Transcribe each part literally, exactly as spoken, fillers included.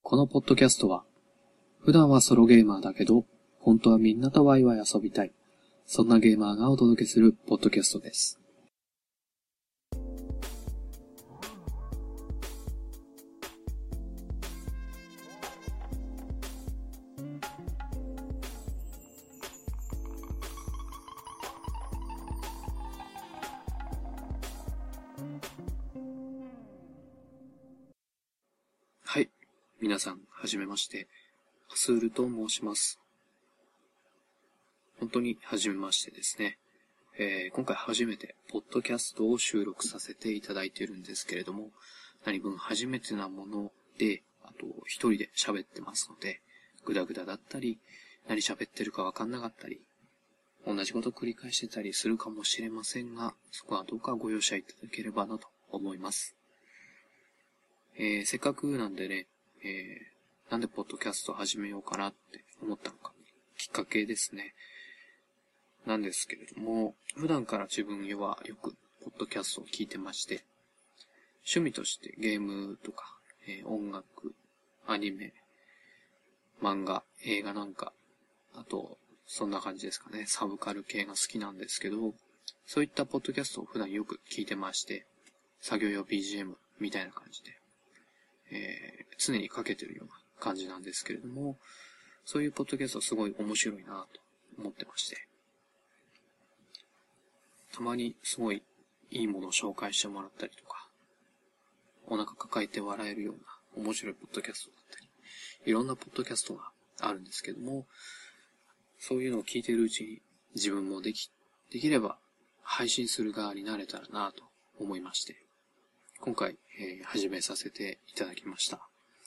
このポッドキャストは、普段はソロゲーマーだけど、本当はみんなとワイワイ遊びたい。そんなゲーマーがお届けするポッドキャストです。はい。皆さん、はじめまして。アスールと申します。本当にはじめましてですね。えー、今回初めて、ポッドキャストを収録させていただいているんですけれども、何分初めてなもので、あと一人で喋ってますので、グダグダだったり、何喋ってるかわかんなかったり、同じこと繰り返してたりするかもしれませんが、そこはどうかご容赦いただければなと思います。えー、せっかくなんでね、えー、なんでポッドキャストを始めようかなって思ったのか、きっかけですね。なんですけれども、普段から自分はよくポッドキャストを聞いてまして、趣味としてゲームとか、えー、音楽、アニメ、漫画、映画なんか、あと、そんな感じですかね、サブカル系が好きなんですけど、そういったポッドキャストを普段よく聞いてまして、作業用 ビージーエム みたいな感じで、えー、常にかけてるような感じなんですけれども、そういうポッドキャストすごい面白いなと思ってまして、たまにすごいいいものを紹介してもらったりとか、お腹抱えて笑えるような面白いポッドキャストだったり、いろんなポッドキャストがあるんですけども、そういうのを聞いているうちに自分もでき、できれば配信する側になれたらなと思いまして、今回、えー、始めさせていただきました。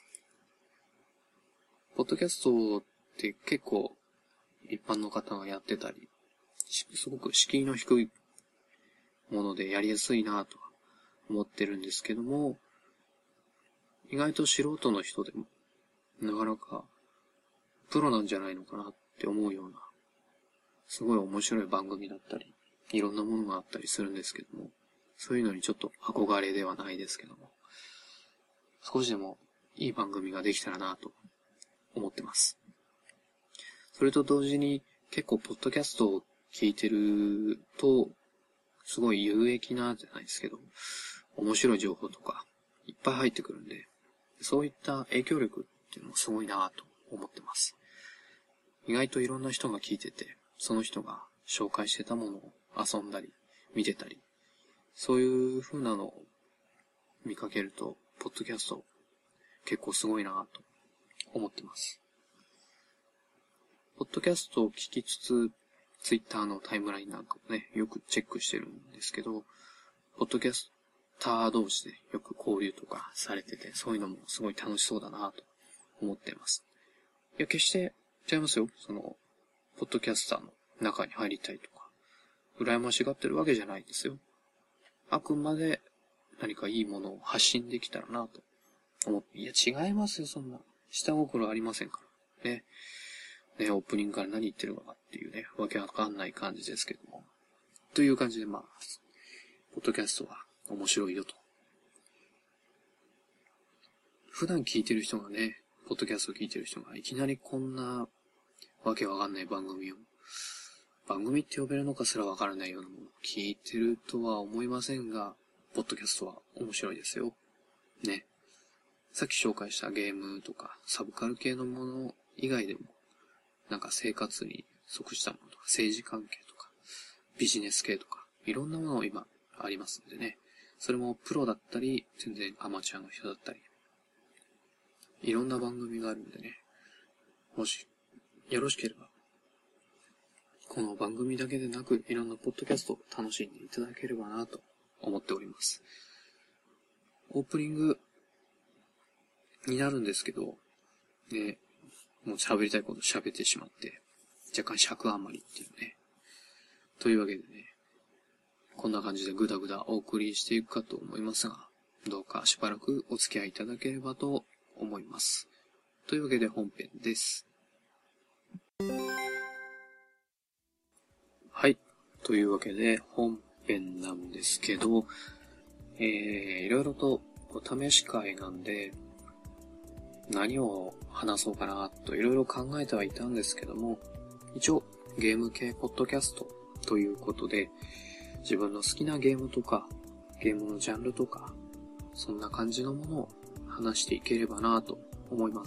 ポッドキャストって結構一般の方がやってたり、すごく敷居の低いものでやりやすいなと思ってるんですけども、意外と素人の人でもなかなかプロなんじゃないのかなって思うような、すごい面白い番組だったり、いろんなものがあったりするんですけども、そういうのにちょっと憧れではないですけども、少しでもいい番組ができたらなと思ってます。それと同時に結構ポッドキャストを聞いてると、すごい有益なじゃないですけど、面白い情報とかいっぱい入ってくるんで、そういった影響力っていうのもすごいなと思ってます。意外といろんな人が聞いてて、その人が紹介してたものを遊んだり、見てたり、そういう風なのを見かけると、ポッドキャスト結構すごいなと思ってます。ポッドキャストを聞きつつ、ツイッターのタイムラインなんかもね、よくチェックしてるんですけど、ポッドキャスター同士でよく交流とかされてて、そういうのもすごい楽しそうだなと思ってます。いや、決して違いますよ。その、ポッドキャスターの中に入りたいとか、羨ましがってるわけじゃないですよ。あくまで何かいいものを発信できたらなと思って、いや、違いますよ、そんな。下心ありませんから。ね。ね、オープニングから何言ってるのかっていうね、わけわかんない感じですけども。という感じで、まあ、ポッドキャストは面白いよと。普段聞いてる人がね、ポッドキャストを聞いてる人がいきなりこんなわけわかんない番組を、番組って呼べるのかすらわからないようなものを聞いてるとは思いませんが、ポッドキャストは面白いですよ。ね。さっき紹介したゲームとかサブカル系のもの以外でも、なんか生活に即したものとか政治関係とかビジネス系とかいろんなもの今ありますんでね。それもプロだったり全然アマチュアの人だったりいろんな番組があるんでね。もしよろしければこの番組だけでなくいろんなポッドキャストを楽しんでいただければなと思っております。オープニングになるんですけどね、もう喋りたいこと喋ってしまって、若干尺余りっていうね。というわけでね、こんな感じでぐだぐだお送りしていくかと思いますが、どうかしばらくお付き合いいただければと思います。というわけで本編です。はい。というわけで本編なんですけど、えー、いろいろとお試し会なんで、 何を話そうかなといろいろ考えてはいたんですけども、一応ゲーム系ポッドキャストということで、自分の好きなゲームとか、ゲームのジャンルとか、そんな感じのものを話していければなと思います。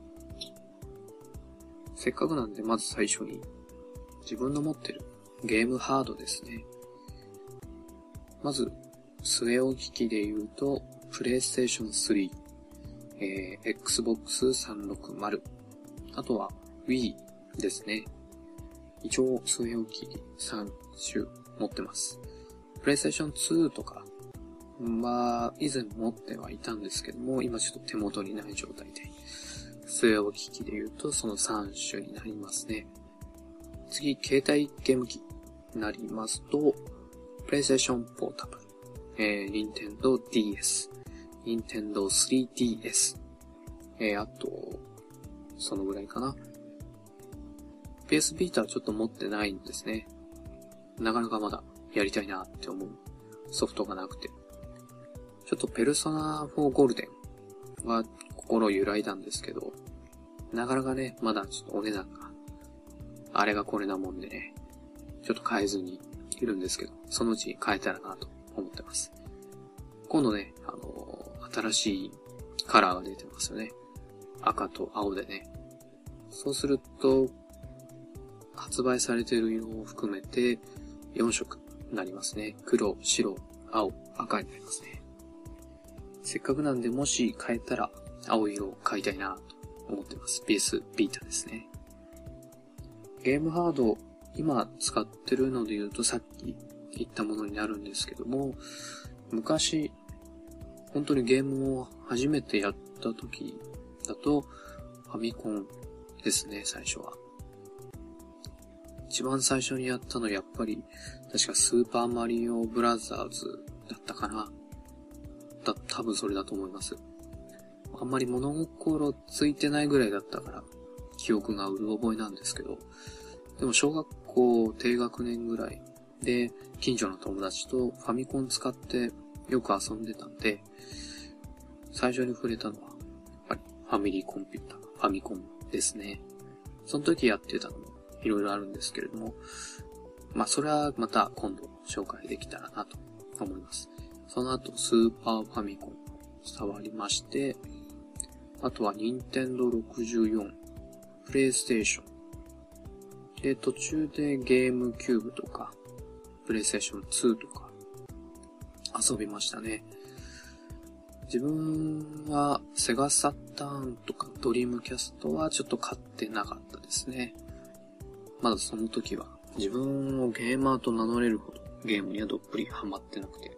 せっかくなんでまず最初に自分の持ってるゲームハードですね。まず据え置き機で言うとプレイステーションスリー、えー、エックスボックスさんびゃくろくじゅう、あとは Wii ですね。一応据え置きさん種持ってます。プレイステーションツーとかまあ以前持ってはいたんですけども、今ちょっと手元にない状態で、据え置き機で言うとそのさん種になりますね。次、携帯ゲーム機になりますと、プレイステーションポータブル、えー、ニンテンドー ディーエス、ニンテンドー スリーディーエス、えー、あと、そのぐらいかな。ピーエス ビータはちょっと持ってないんですね。なかなかまだやりたいなって思うソフトがなくて。ちょっとペルソナフォーゴールデンは心揺らいだんですけど、なかなかね、まだちょっとお値段が、あれがこれなもんでね、ちょっと買えずにいるんですけど、そのうち買えたらなと思ってます。今度ね、あのー、新しいカラーが出てますよね。赤と青でね。そうすると、発売されている色を含めてよん色になりますね。黒、白、青、赤になりますね。せっかくなんでもし買えたら青色を買いたいなと思ってます。ピーエス ビータですね。ゲームハード、今使ってるので言うとさっき言ったものになるんですけども、昔、本当にゲームを初めてやった時だとファミコンですね、最初は。一番最初にやったのやっぱり、確かスーパーマリオブラザーズだったかな。だ、多分それだと思います。あんまり物心ついてないぐらいだったから、記憶がうる覚えなんですけど、でも小学校低学年ぐらいで、近所の友達とファミコン使ってよく遊んでたんで、最初に触れたのは、やっぱりファミリーコンピューター、ファミコンですね。その時やってたのもいろいろあるんですけれども、まあそれはまた今度紹介できたらなと思います。その後スーパーファミコン触りまして、あとはニンテンドーろくじゅうよん、プレイステーション。で、途中でゲームキューブとか、プレイステーションツーとか遊びましたね。自分はセガサターンとかドリームキャストはちょっと買ってなかったですね。まだその時は自分をゲーマーと名乗れるほどゲームにはどっぷりハマってなくて。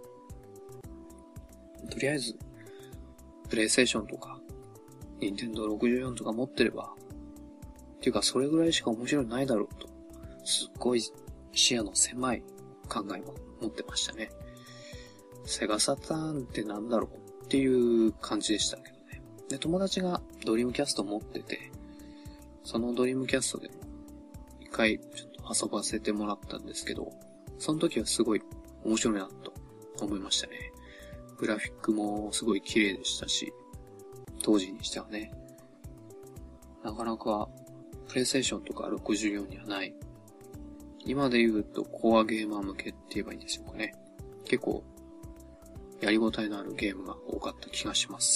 とりあえず、プレイステーションとか、ニンテンドーろくじゅうよんとか持ってれば、っていうかそれぐらいしか面白いないだろうと、すっごい視野の狭い考えも持ってましたね。セガサターンってなんだろうっていう感じでしたけどね。で、友達がドリームキャスト持ってて、そのドリームキャストでも一回ちょっと遊ばせてもらったんですけど、その時はすごい面白いなと思いましたね。グラフィックもすごい綺麗でしたし、当時にしてはね、なかなかプレイステーションとかろくじゅうよんにはない、今で言うとコアゲーマー向けって言えばいいんでしょうかね。結構やりごたえのあるゲームが多かった気がします。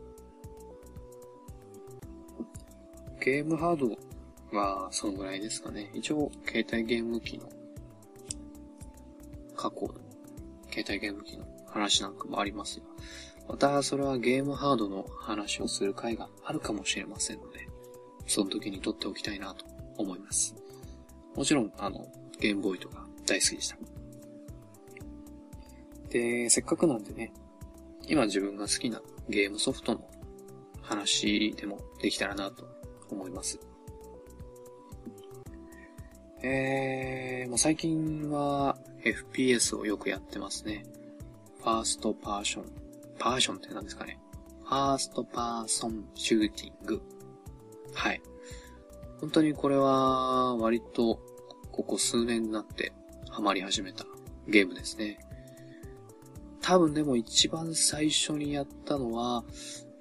ゲームハードはそのぐらいですかね。一応携帯ゲーム機の過去の携帯ゲーム機の話なんかもありますが、またそれはゲームハードの話をする回があるかもしれませんので、その時に撮っておきたいなと思います。もちろんあのゲームボーイとか大好きでした。で、せっかくなんでね、今自分が好きなゲームソフトの話でもできたらなと思います。えー、まあ、最近は エフピーエス をよくやってますね。ファーストパーション。パーションって何ですかね。ファーストパーソンシューティング。はい。本当にこれは割とここ数年になってハマり始めたゲームですね。多分でも一番最初にやったのは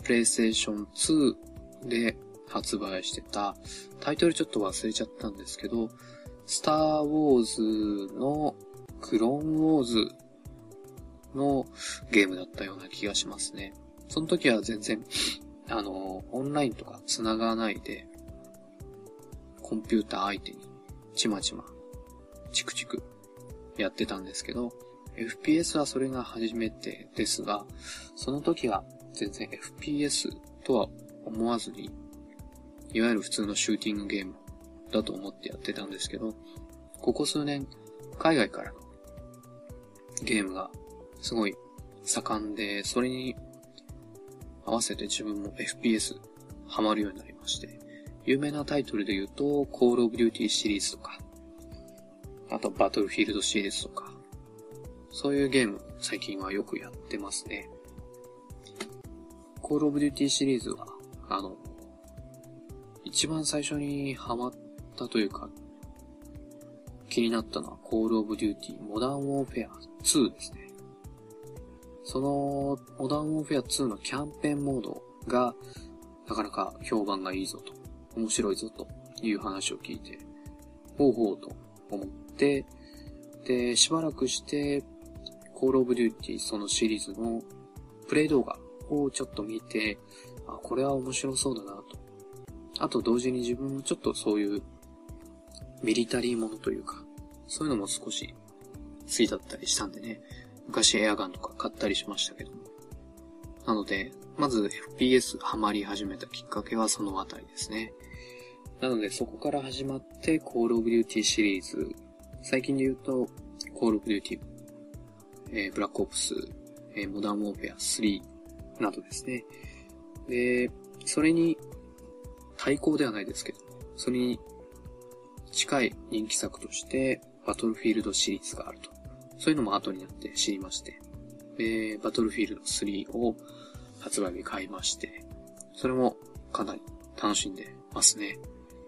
プレイステーションツーで発売してた、タイトルちょっと忘れちゃったんですけど、スターウォーズのクローンウォーズのゲームだったような気がしますね。その時は全然、あの、オンラインとか繋がないで、コンピューター相手にちまちま、チクチクやってたんですけど、エフピーエス はそれが初めてですが、その時は全然 エフピーエス とは思わずに、いわゆる普通のシューティングゲームだと思ってやってたんですけど、ここ数年、海外からのゲームがすごい盛んで、それに合わせて自分も エフピーエス ハマるようになりまして、有名なタイトルで言うと、コールオブデューティーシリーズとか、あとバトルフィールドシリーズとか、そういうゲーム最近はよくやってますね。コールオブデューティーシリーズは、あの、一番最初にハマったというか、気になったのはコールオブデューティーモダンウォーフェアツーですね。そのモダンウォーフェアツーのキャンペーンモードがなかなか評判がいいぞと、面白いぞという話を聞いて、ほうほうと思って、で、しばらくしてコールオブデューティーそのシリーズのプレイ動画をちょっと見て、あ、これは面白そうだなと。あと同時に自分もちょっとそういうミリタリーものというか、そういうのも少し好きだったりしたんでね、昔エアガンとか買ったりしましたけども。なので、まず エフピーエス ハマり始めたきっかけはそのあたりですね。なのでそこから始まってコールオブデューティーシリーズ、最近で言うとコールオブデューティー、えー、ブラックオプス、えー、モダンウォーフェアスリーなどですね。で、それに対抗ではないですけど、それに近い人気作としてバトルフィールドシリーズがあると。そういうのも後になって知りまして、で、バトルフィールドスリーを発売日買いまして、それもかなり楽しんでますね。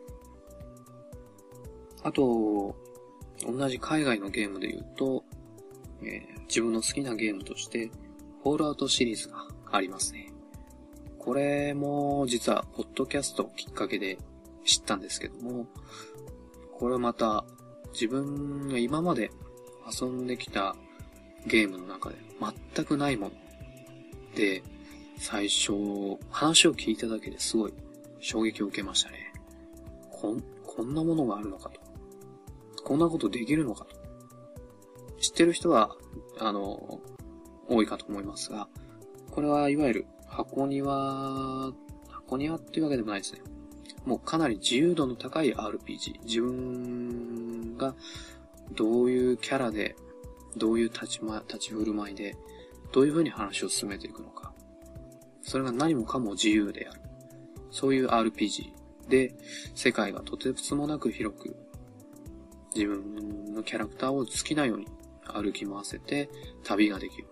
あと、同じ海外のゲームで言うと、えー、自分の好きなゲームとして、フォールアウトシリーズがありますね。これも実はポッドキャストをきっかけで知ったんですけども、これはまた自分が今まで遊んできたゲームの中で全くないもので、最初話を聞いただけですごい衝撃を受けましたね。こん、こんなものがあるのかと。こんなことできるのかと。知ってる人は、あの、多いかと思いますが、これはいわゆる箱庭、箱庭っていうわけでもないですね。もうかなり自由度の高い アールピージー。自分がどういうキャラで、どういう立ちま、立ち振る舞いで、どういう風に話を進めていくのか。それが何もかも自由である。そういう アールピージー で、世界がとてつもなく広く、自分のキャラクターを好きなように歩き回せて旅ができる。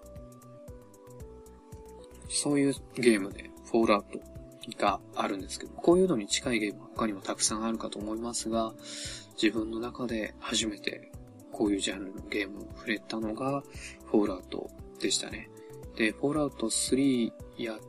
そういうゲームで、フォールアウトがあるんですけど、こういうのに近いゲームは他にもたくさんあるかと思いますが、自分の中で初めてこういうジャンルのゲームを触れたのがフォールアウトでしたね。で、フォールアウトスリーやって、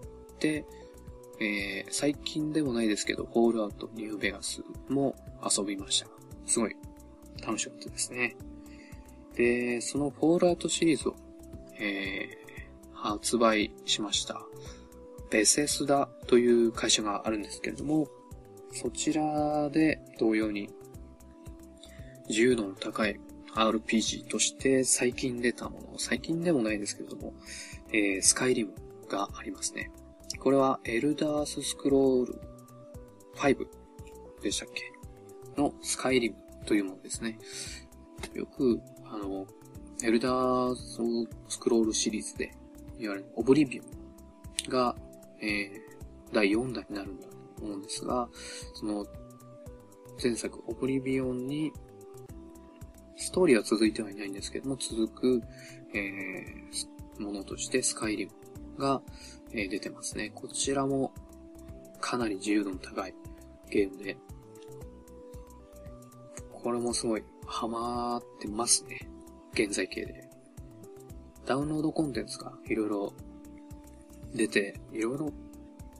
えー、最近でもないですけど、フォールアウトニューベガスも遊びました。すごい楽しかったですね。で、そのフォールアウトシリーズを、えー、発売しました。ベセスダという会社があるんですけれども、そちらで同様に自由度の高い アールピージー として最近出たもの、最近でもないですけれども、えー、スカイリムがありますね。これはエルダーススクロールファイブでしたっけのスカイリムというものですね。よく、あの、エルダースクロールシリーズで、いわゆるオブリビオンが、えー、だいよんだんになるんだと思うんですが、その前作オブリビオンにストーリーは続いてはいないんですけども、続く、えー、ものとしてスカイリムが、えー、出てますね。こちらもかなり自由度の高いゲームで、これもすごいハマってますね。現在形で。ダウンロードコンテンツがいろいろ出て、いろいろ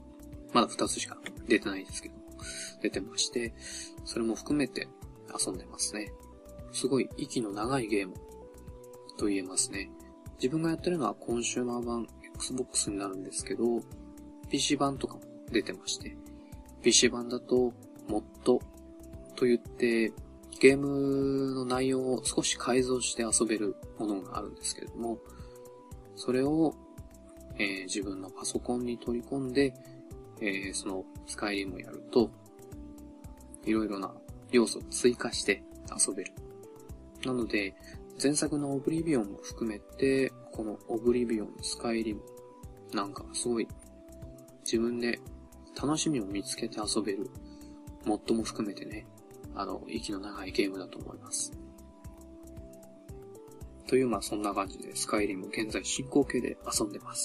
まだふたつしか出てないですけど、出てまして、それも含めて遊んでますね。すごい息の長いゲームと言えますね。自分がやってるのはコンシューマー版 Xbox になるんですけど、ピーシー 版とかも出てまして、ピーシー 版だとモッドと言ってゲームの内容を少し改造して遊べるものがあるんですけれども、それを、えー、自分のパソコンに取り込んで、えー、そのスカイリムをやるといろいろな要素を追加して遊べる。なので前作のオブリビオンも含めて、このオブリビオン、スカイリムなんかすごい自分で楽しみを見つけて遊べる、モッドも含めてね、あの息の長いゲームだと思います。という、まあそんな感じでスカイリム現在進行形で遊んでます。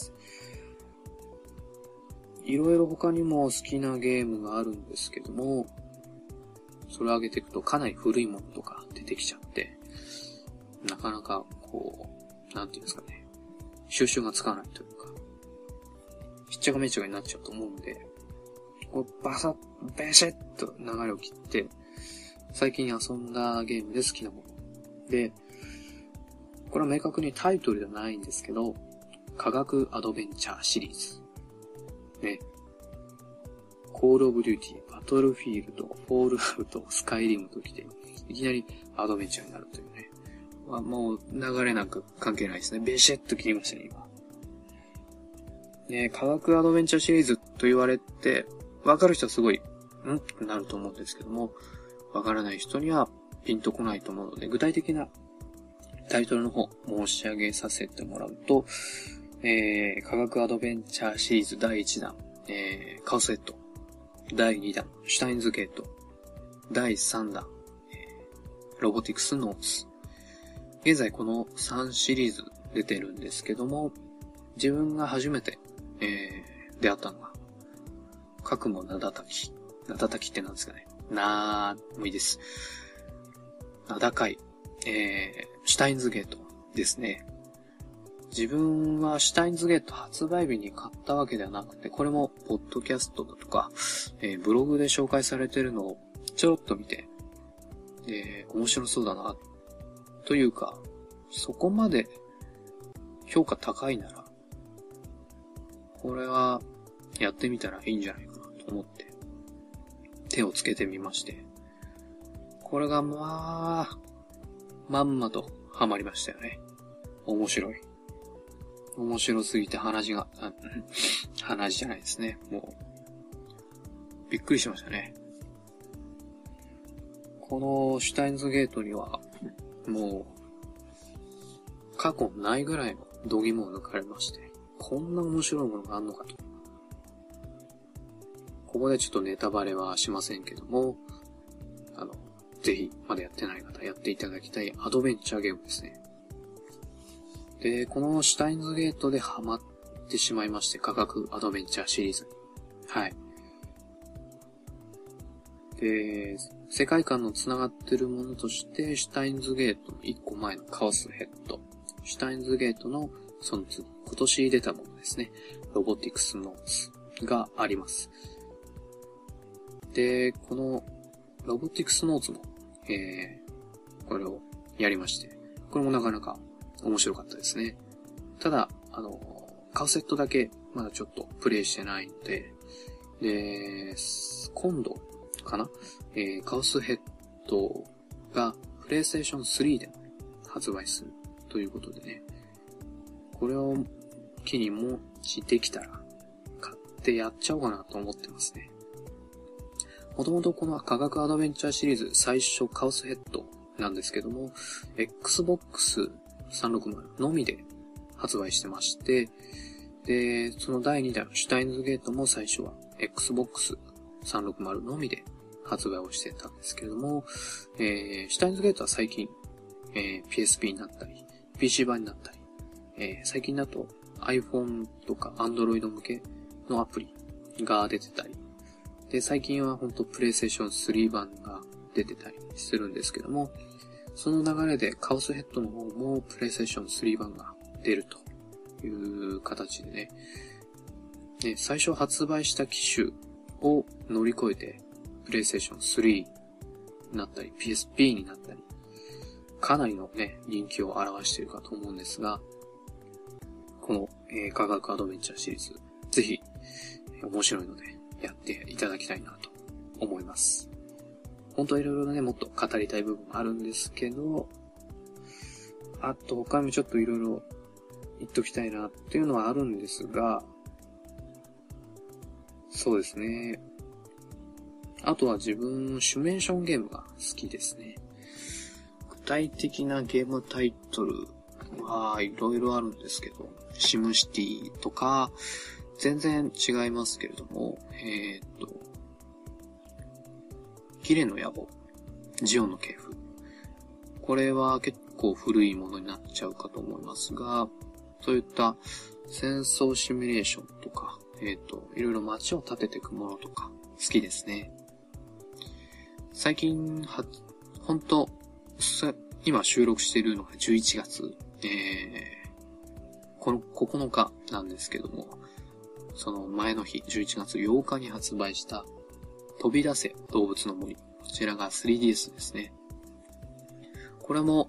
いろいろ他にも好きなゲームがあるんですけども、それを上げていくとかなり古いものとか出てきちゃって、なかなかこう、なんていうんですかね、収集がつかないというか、しっちゃかめっちゃかになっちゃうと思うんで、こうバサッ、ベシッと流れを切って、最近遊んだゲームで好きなもの。で、これは明確にタイトルではないんですけど、科学アドベンチャーシリーズ。ね。コールオブデューティー、バトルフィールド、フォールアウト、スカイリムときて、いきなりアドベンチャーになるというね。まあ、もう流れなんか関係ないですね。ベシッと切りましたね、今。ね、科学アドベンチャーシリーズと言われて、わかる人はすごい、んってなると思うんですけども、わからない人にはピンとこないと思うので、具体的なタイトルの方申し上げさせてもらうと、えー、科学アドベンチャーシリーズだいいちだん、えー、カオスヘッド、だいにだん、シュタインズゲート、だいさんだん、えー、ロボティクスノーツ。現在このさんシリーズ出てるんですけども、自分が初めて、えー、出会ったのが、かくも名だたき。名だたきって何ですかね。なーもいいです。名高い、えー、シュタインズゲートですね。自分はシュタインズゲート発売日に買ったわけではなくて、これもポッドキャストだとか、えー、ブログで紹介されてるのをちょろっと見て、えー、面白そうだな、というか、そこまで評価高いなら、これはやってみたらいいんじゃないかなと思って手をつけてみまして、これがまあまんまとハマりましたよね。面白い。面白すぎて鼻血が、鼻血じゃないですね。もうびっくりしましたね。このシュタインズゲートにはもう過去ないぐらいの度肝を抜かれまして、こんな面白いものがあるのかと。ここでちょっとネタバレはしませんけども、あの、ぜひまだやってない方やっていただきたいアドベンチャーゲームですね。で、このシュタインズゲートでハマってしまいまして、科学アドベンチャーシリーズに。はい。で、世界観の繋がってるものとして、シュタインズゲートの一個前のカオスヘッド、シュタインズゲートのその次、今年出たものですね。ロボティクスノーツがあります。で、このロボティクスノーツも、えー、これをやりまして、これもなかなか面白かったですね。ただ、あの、カオスヘッドだけまだちょっとプレイしてないので、で、今度かな、えー、カオスヘッドがプレイステーションスリーで発売するということでね、これを機にもしできたら買ってやっちゃおうかなと思ってますね。もともとこの科学アドベンチャーシリーズ最初カオスヘッドなんですけども、Xbox さんびゃくろくじゅうのみで発売してまして、で、そのだいにだんシュタインズゲートも最初は Xbox さんびゃくろくじゅうのみで発売をしてたんですけれども、えー、シュタインズゲートは最近、えー、ピーエスピー になったり、ピーシー 版になったり、えー、最近だと iPhone とか Android 向けのアプリが出てたり、で、最近はほんと PlayStation スリー版が出てたりするんですけども、その流れでカオスヘッドの方も PlayStation スリー版が出るという形でね、で最初発売した機種を乗り越えて、プレイステーションスリーになったり、ピーエスピー になったり、かなりのね、人気を表しているかと思うんですが、この、えー、科学アドベンチャーシリーズ、ぜひ、面白いので、やっていただきたいなと思います。本当はいろいろね、もっと語りたい部分もあるんですけど、あと他にもちょっといろいろ言っときたいなっていうのはあるんですが、そうですね。あとは自分、シミュレーションゲームが好きですね。具体的なゲームタイトルはいろいろあるんですけど、シムシティとか、全然違いますけれども、えーっと、ギレンの野望、ジオンの系譜。これは結構古いものになっちゃうかと思いますが、そういった戦争シミュレーションとか、えーっと、いろいろ街を建てていくものとか、好きですね。最近は、ほんと、今収録しているのがじゅういちがつ、えー、このここのかなんですけども、その前の日、じゅういちがつようかに発売した飛び出せ動物の森。こちらが スリーディーエス ですね。これも、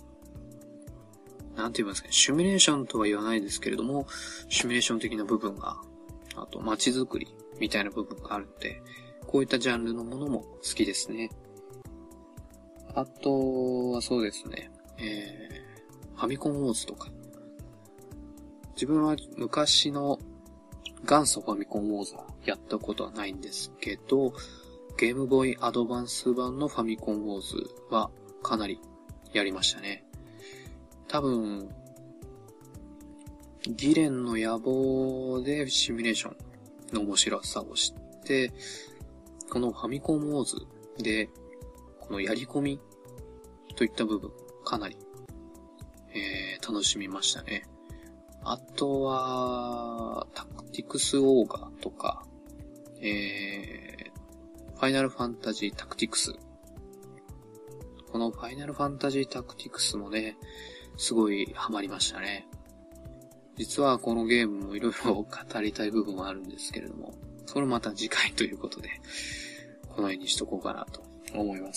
なんて言いますかね、シミュレーションとは言わないですけれども、シミュレーション的な部分が、あと街づくりみたいな部分があるので、こういったジャンルのものも好きですね。あとはそうですね、えー、ファミコンウォーズとか。自分は昔の元祖ファミコンウォーズはやったことはないんですけど、ゲームボーイアドバンス版のファミコンウォーズはかなりやりましたね。多分、ギレンの野望でシミュレーションの面白さを知って、このファミコンウォーズで、このやり込みといった部分、かなり、えー、楽しみましたね。あとは、タクティクスオーガとか、えー、ファイナルファンタジータクティクス。このファイナルファンタジータクティクスもね、すごいハマりましたね。実はこのゲームもいろいろ語りたい部分はあるんですけれども、それまた次回ということで、この辺にしとこうかなと思います。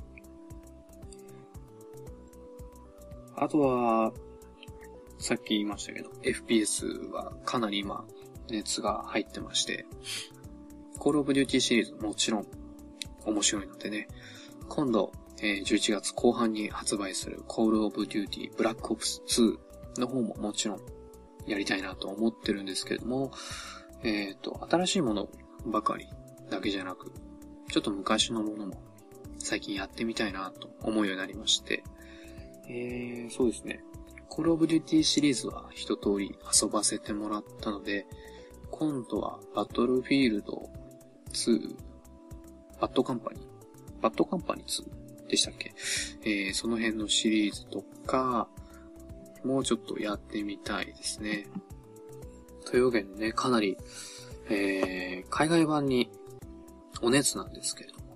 あとは、さっき言いましたけど、エフピーエス はかなり今、熱が入ってまして、Call of Duty シリーズもちろん面白いのでね、今度、えー、じゅういちがつこう半に発売する Call of Duty Black Ops ツーの方ももちろんやりたいなと思ってるんですけれども、えっと、新しいものばかりだけじゃなく、ちょっと昔のものも最近やってみたいなと思うようになりまして、えー、そうですね。Call of Duty シリーズは一通り遊ばせてもらったので、今度は Battlefield ツー、バッドカンパニー、バッドカンパニーツーでしたっけ、えー、その辺のシリーズとか、もうちょっとやってみたいですね。というわけでね、かなり、えー、海外版にお熱なんですけれども、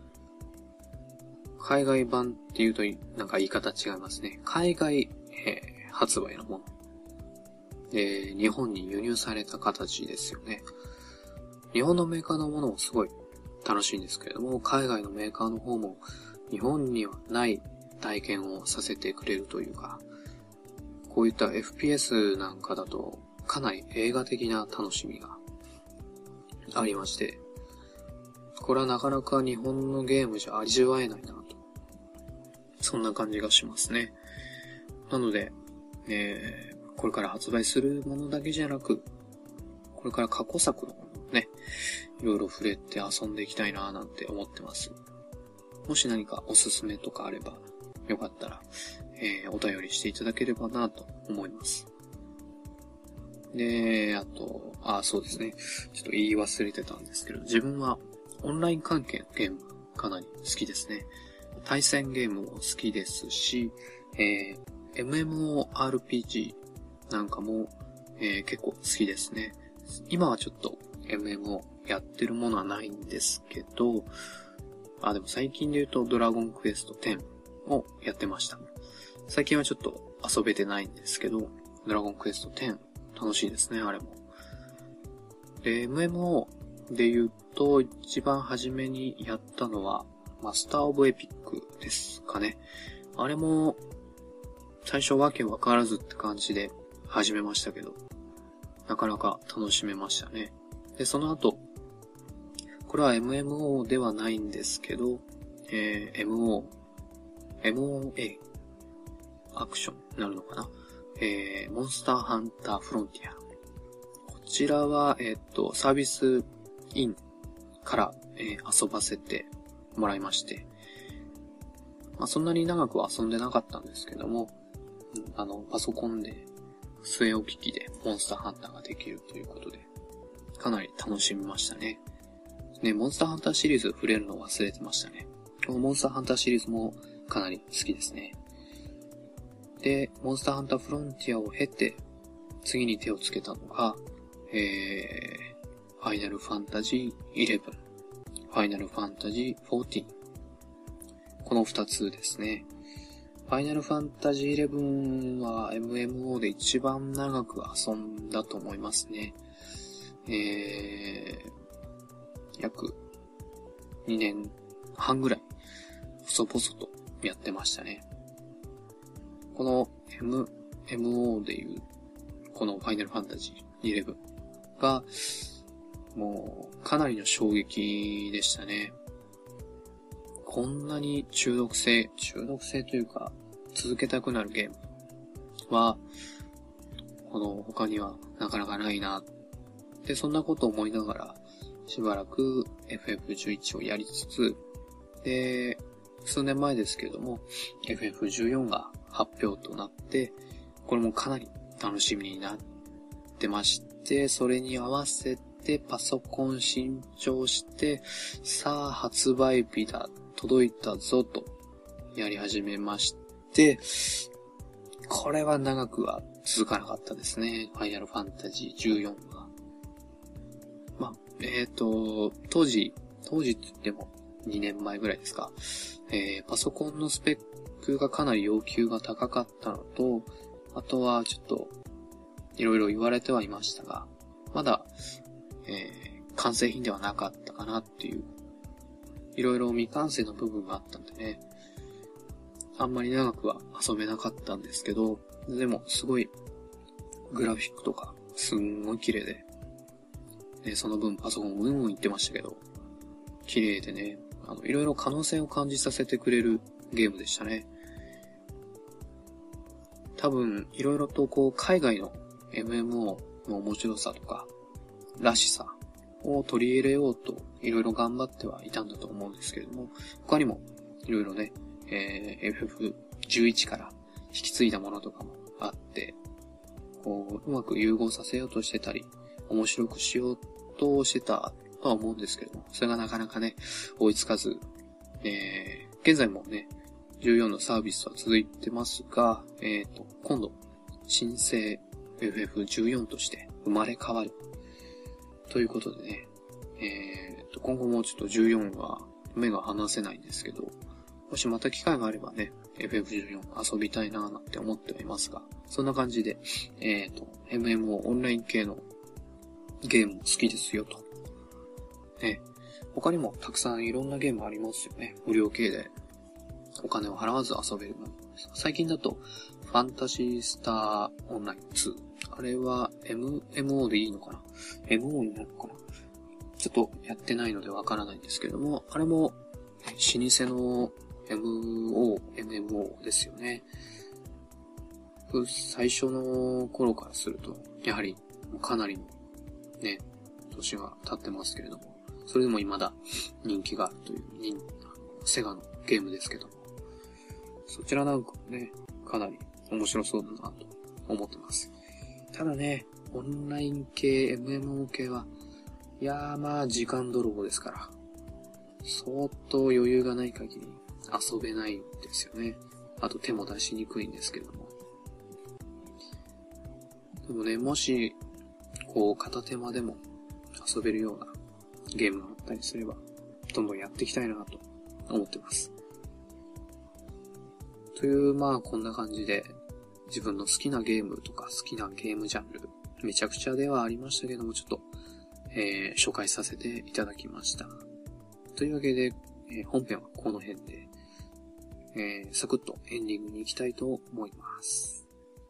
海外版っていうとなんか言い方違いますね。海外、えー、発売のもの。で、日本に輸入された形ですよね。日本のメーカーのものもすごい楽しいんですけれども、海外のメーカーの方も日本にはない体験をさせてくれるというか、こういった エフピーエス なんかだとかなり映画的な楽しみがありまして、これはなかなか日本のゲームじゃ味わえないなと。そんな感じがしますね。なので、えー、これから発売するものだけじゃなく、これから過去作のものね、いろいろ触れて遊んでいきたいななんて思ってます。もし何かおすすめとかあれば、よかったら、えー、お便りしていただければなと思います。で、あと、あ、そうですね。ちょっと言い忘れてたんですけど、自分はオンライン関係のゲームかなり好きですね。対戦ゲームも好きですし、えー、エムエムオーアールピージー なんかも、えー、結構好きですね。今はちょっと エムエムオー やってるものはないんですけど、あ、でも最近で言うとドラゴンクエストテンをやってました。最近はちょっと遊べてないんですけど、ドラゴンクエストテン楽しいですね、あれも。で、エムエムオーで言うと、一番初めにやったのは、マスターオブエピックですかね。あれも、最初わけわからずって感じで始めましたけど、なかなか楽しめましたね。で、その後、これは エムエムオー ではないんですけど、えー、エムオー、エムオーエー、アクションになるのかな。えー、モンスターハンターフロンティア。こちらは、えっと、サービスインから、えー、遊ばせてもらいまして、まあ、そんなに長くは遊んでなかったんですけども、あの、パソコンで、据え置き機でモンスターハンターができるということで、かなり楽しみましたね。ね、モンスターハンターシリーズ触れるの忘れてましたね。このモンスターハンターシリーズもかなり好きですね。で、モンスターハンターフロンティアを経て、次に手をつけたのが、えー、ファイナルファンタジーイレブン、ファイナルファンタジーフォーティーン。この二つですね。ファイナルファンタジーイレブンは エムエムオー で一番長く遊んだと思いますね。えー、約にねんはんぐらい、細々とやってましたね。この M、エムオー でいう、このファイナルファンタジーイレブンが、もう、かなりの衝撃でしたね。こんなに中毒性、中毒性というか、続けたくなるゲームは、この他にはなかなかないな。で、そんなことを思いながら、しばらく エフエフじゅういち をやりつつ、で、数年前ですけれども、エフエフじゅうよん が発表となって、これもかなり楽しみになってまして、それに合わせてパソコン新調して、さあ発売日だ、届いたぞとやり始めまして、これは長くは続かなかったですね。ファイナルファンタジーじゅうよんは。まあ、えっと、当時、当時って言ってもにねんまえぐらいですか。えー、パソコンのスペックがかなり要求が高かったのと、あとはちょっと、いろいろ言われてはいましたが、まだ、えー、完成品ではなかったかなっていう、いろいろ未完成の部分があったんでね、あんまり長くは遊べなかったんですけど、でもすごいグラフィックとかすんごい綺麗で、でその分パソコンうんうん言ってましたけど、綺麗でね、あのいろいろ可能性を感じさせてくれるゲームでしたね。多分いろいろとこう海外の エムエムオー の面白さとからしさを取り入れようといろいろ頑張ってはいたんだと思うんですけれども、他にもいろいろね、えー、エフエフじゅういち から引き継いだものとかもあって、こう、うまく融合させようとしてたり、面白くしようとしてたとは思うんですけれども、それがなかなかね、追いつかず、えー、現在もね、じゅうよんのサービスは続いてますが、えっと、今度、新生 エフエフじゅうよん として生まれ変わる。ということでね、えーと、今後もちょっとじゅうよんは目が離せないんですけど、もしまた機会があればね、エフエフじゅうよん 遊びたいなーなんて思ってはいますが、そんな感じで、えっと、エムエムオー オンライン系のゲームも好きですよと。ね、他にもたくさんいろんなゲームありますよね。無料系でお金を払わず遊べるもの。最近だと、ファンタジースターオンラインツー。あれは エムエムオー でいいのかな ?エムオー になるのかなちょっとやってないのでわからないんですけども、あれも、老舗の エムオー、エムエムオー ですよね。最初の頃からすると、やはりかなりのね、年が経ってますけれども、それでも未だ人気があるという、セガのゲームですけども、そちらなんかもね、かなり面白そうだなと思ってます。ただね、オンライン系、エムエムオー 系は、いやーまあ時間泥棒ですから、相当余裕がない限り遊べないんですよね。あと手も出しにくいんですけども。でもね、もし、こう片手間でも遊べるようなゲームがあったりすれば、どんどんやっていきたいなと思ってます。という、まあこんな感じで、自分の好きなゲームとか好きなゲームジャンル、めちゃくちゃではありましたけども、ちょっと、 えー、紹介させていただきました。というわけで、えー、本編はこの辺で、えー、サクッとエンディングに行きたいと思います。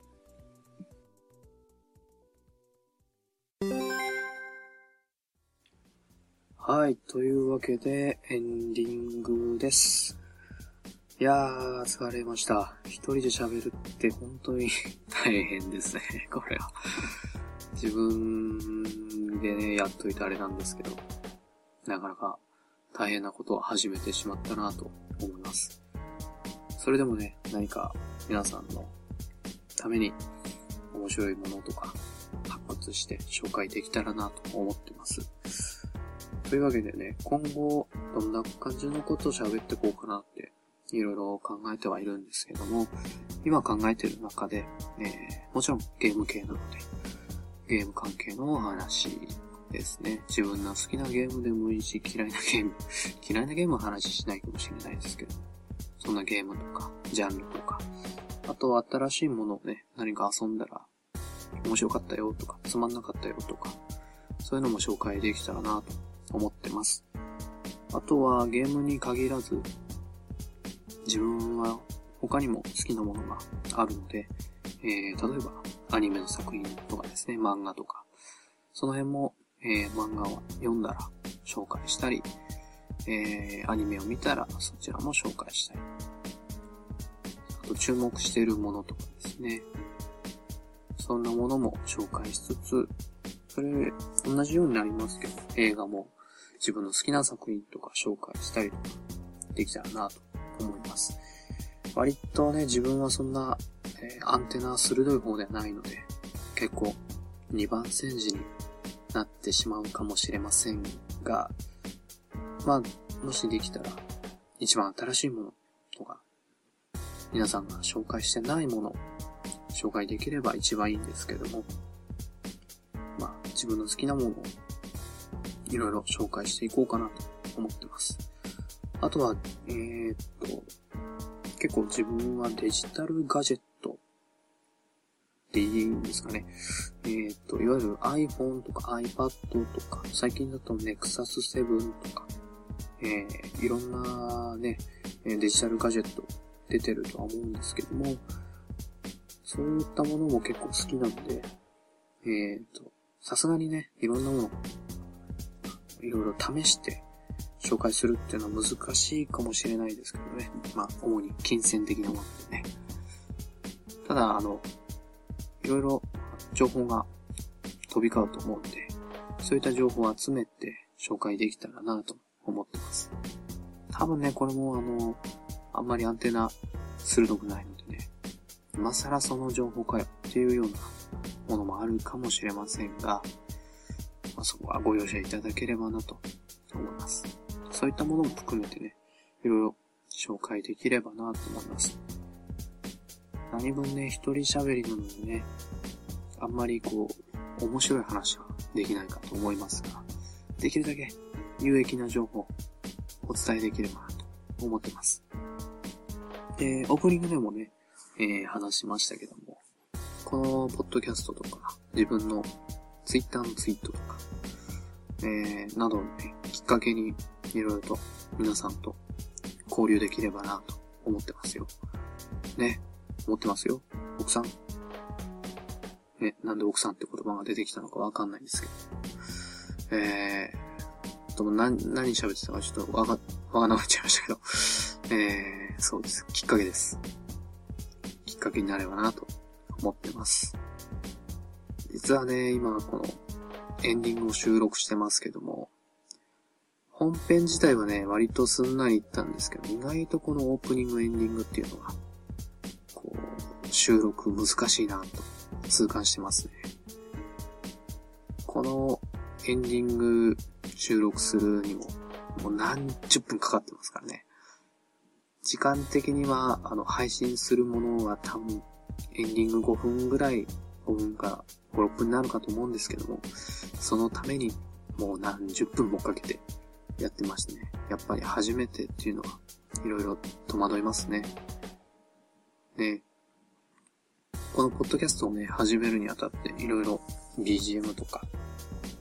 はい、というわけでエンディングです。いやー、疲れました。一人で喋るって本当に大変ですね、これは。自分でね、やっといてあれなんですけど、なかなか大変なことを始めてしまったなと思います。それでもね、何か皆さんのために面白いものとか発掘して紹介できたらなと思ってます。というわけでね、今後どんな感じのことを喋っていこうかなっていろいろ考えてはいるんですけども、今考えている中で、えー、もちろんゲーム系なので、ゲーム関係のお話ですね。自分の好きなゲームでもいいし、嫌いなゲーム、嫌いなゲームは話しないかもしれないですけど、そんなゲームとか、ジャンルとか、あとは新しいものをね、何か遊んだら、面白かったよとか、つまんなかったよとか、そういうのも紹介できたらなと思ってます。あとはゲームに限らず、自分は他にも好きなものがあるので、えー、例えばアニメの作品とかですね、漫画とか、その辺も、えー、漫画を読んだら紹介したり、えー、アニメを見たらそちらも紹介したり、あと注目しているものとかですね、そんなものも紹介しつつ、それ同じようになりますけど、映画も自分の好きな作品とか紹介したりとかできたらなと思います。割とね、自分はそんな、えー、アンテナ鋭い方ではないので、結構二番煎じになってしまうかもしれませんが、まあ、もしできたら一番新しいものとか、皆さんが紹介してないものを紹介できれば一番いいんですけども、まあ、自分の好きなものをいろいろ紹介していこうかなと思ってます。あとは、えーっと、結構自分はデジタルガジェットっていいんですかね。えーっと、いわゆる iPhone とか iPad とか、最近だと ネクサスセブン とか、えー、いろんなね、デジタルガジェット出てるとは思うんですけども、そういったものも結構好きなので、えーっと、さすがにね、いろんなものをいろいろ試して紹介するっていうのは難しいかもしれないですけどね。まあ、主に金銭的なものでね。ただ、あの、いろいろ情報が飛び交うと思うんで、そういった情報を集めて紹介できたらなと思ってます。多分ね、これもあの、あんまりアンテナ鋭くないのでね、今更その情報かよっていうようなものもあるかもしれませんが、まあ、そこはご容赦いただければなと思います。そういったものも含めてね、いろいろ紹介できればなと思います。何分ね、一人喋りなのでね、あんまりこう、面白い話はできないかと思いますが、できるだけ有益な情報をお伝えできればなと思ってます。で、オープニングでもね、えー、話しましたけども、このポッドキャストとか、自分のツイッターのツイートとか、えー、などをね、きっかけにいろいろと皆さんと交流できればなと思ってますよ。ね、思ってますよ。奥さん。ね、なんで奥さんって言葉が出てきたのかわかんないんですけど。えー、とも何、何喋ってたかちょっとわか、わかんなくなっちゃいましたけど。えー、そうです。きっかけです。きっかけになればなと思ってます。実はね、今このエンディングを収録してますけども、本編自体はね、割とすんなりいったんですけど、意外とこのオープニングエンディングっていうのが、こう、収録難しいなと痛感してますね。このエンディング収録するにも、もう何十分かかってますからね。時間的には、あの、配信するものは多分、エンディングごふんぐらい、ごふんからご、ろっぷんになるかと思うんですけども、そのためにもう何十分もかけてやってましてね。やっぱり初めてっていうのはいろいろ戸惑いますね。で、このポッドキャストをね、始めるにあたっていろいろ ビージーエム とか、あ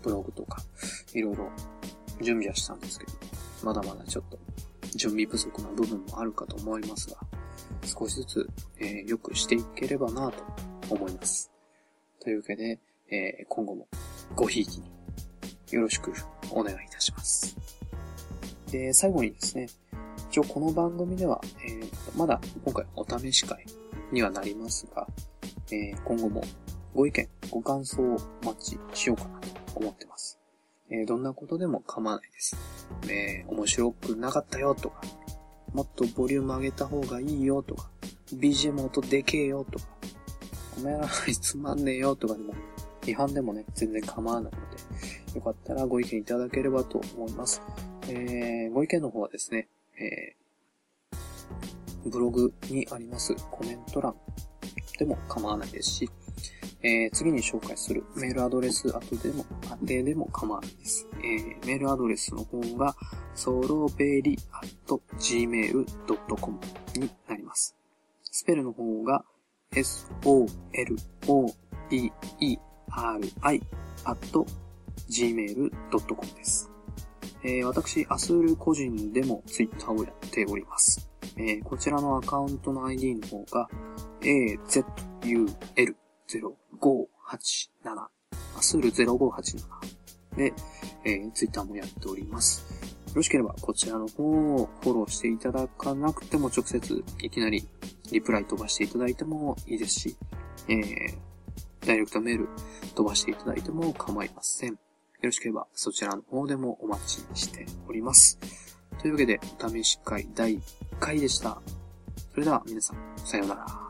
ブログとか、いろいろ準備はしたんですけど、まだまだちょっと準備不足な部分もあるかと思いますが、少しずつ、えー、良くしていければなと思います。というわけで、えー、今後もごひいきによろしくお願いいたします。で、最後にですね、一応この番組では、えー、まだ今回お試し会にはなりますが、えー、今後もご意見、ご感想をお待ちしようかなと思ってます。えー、どんなことでも構わないです。えー、面白くなかったよとか、もっとボリューム上げた方がいいよとか、ビージーエム 音でけえよとか、お前らつまんねえよとかでも、批判でもね、全然構わないので、よかったらご意見いただければと思います。えー、ご意見の方はですね、えー、ブログにありますコメント欄でも構わないですし、えー、次に紹介するメールアドレス後でも、当てでも構わないです。えー、メールアドレスの方が、ソロベリアットジーメールドットコム になります。スペルの方が、エスオーエルオービーイーアールアイ アットジーメールドットコム です。えー、私、アスール個人でもツイッターをやっております。えー、こちらのアカウントの アイディー の方が、エーゼットユーエルゼロごはちなな アスールゼロごはちななで、えー、ツイッターもやっております。よろしければこちらの方をフォローしていただかなくても直接いきなりリプライ飛ばしていただいてもいいですし、えー、ダイレクトメール飛ばしていただいても構いません。よろしければそちらの方でもお待ちしております。というわけでお試し会だいいっかいでした。それでは皆さんさようなら。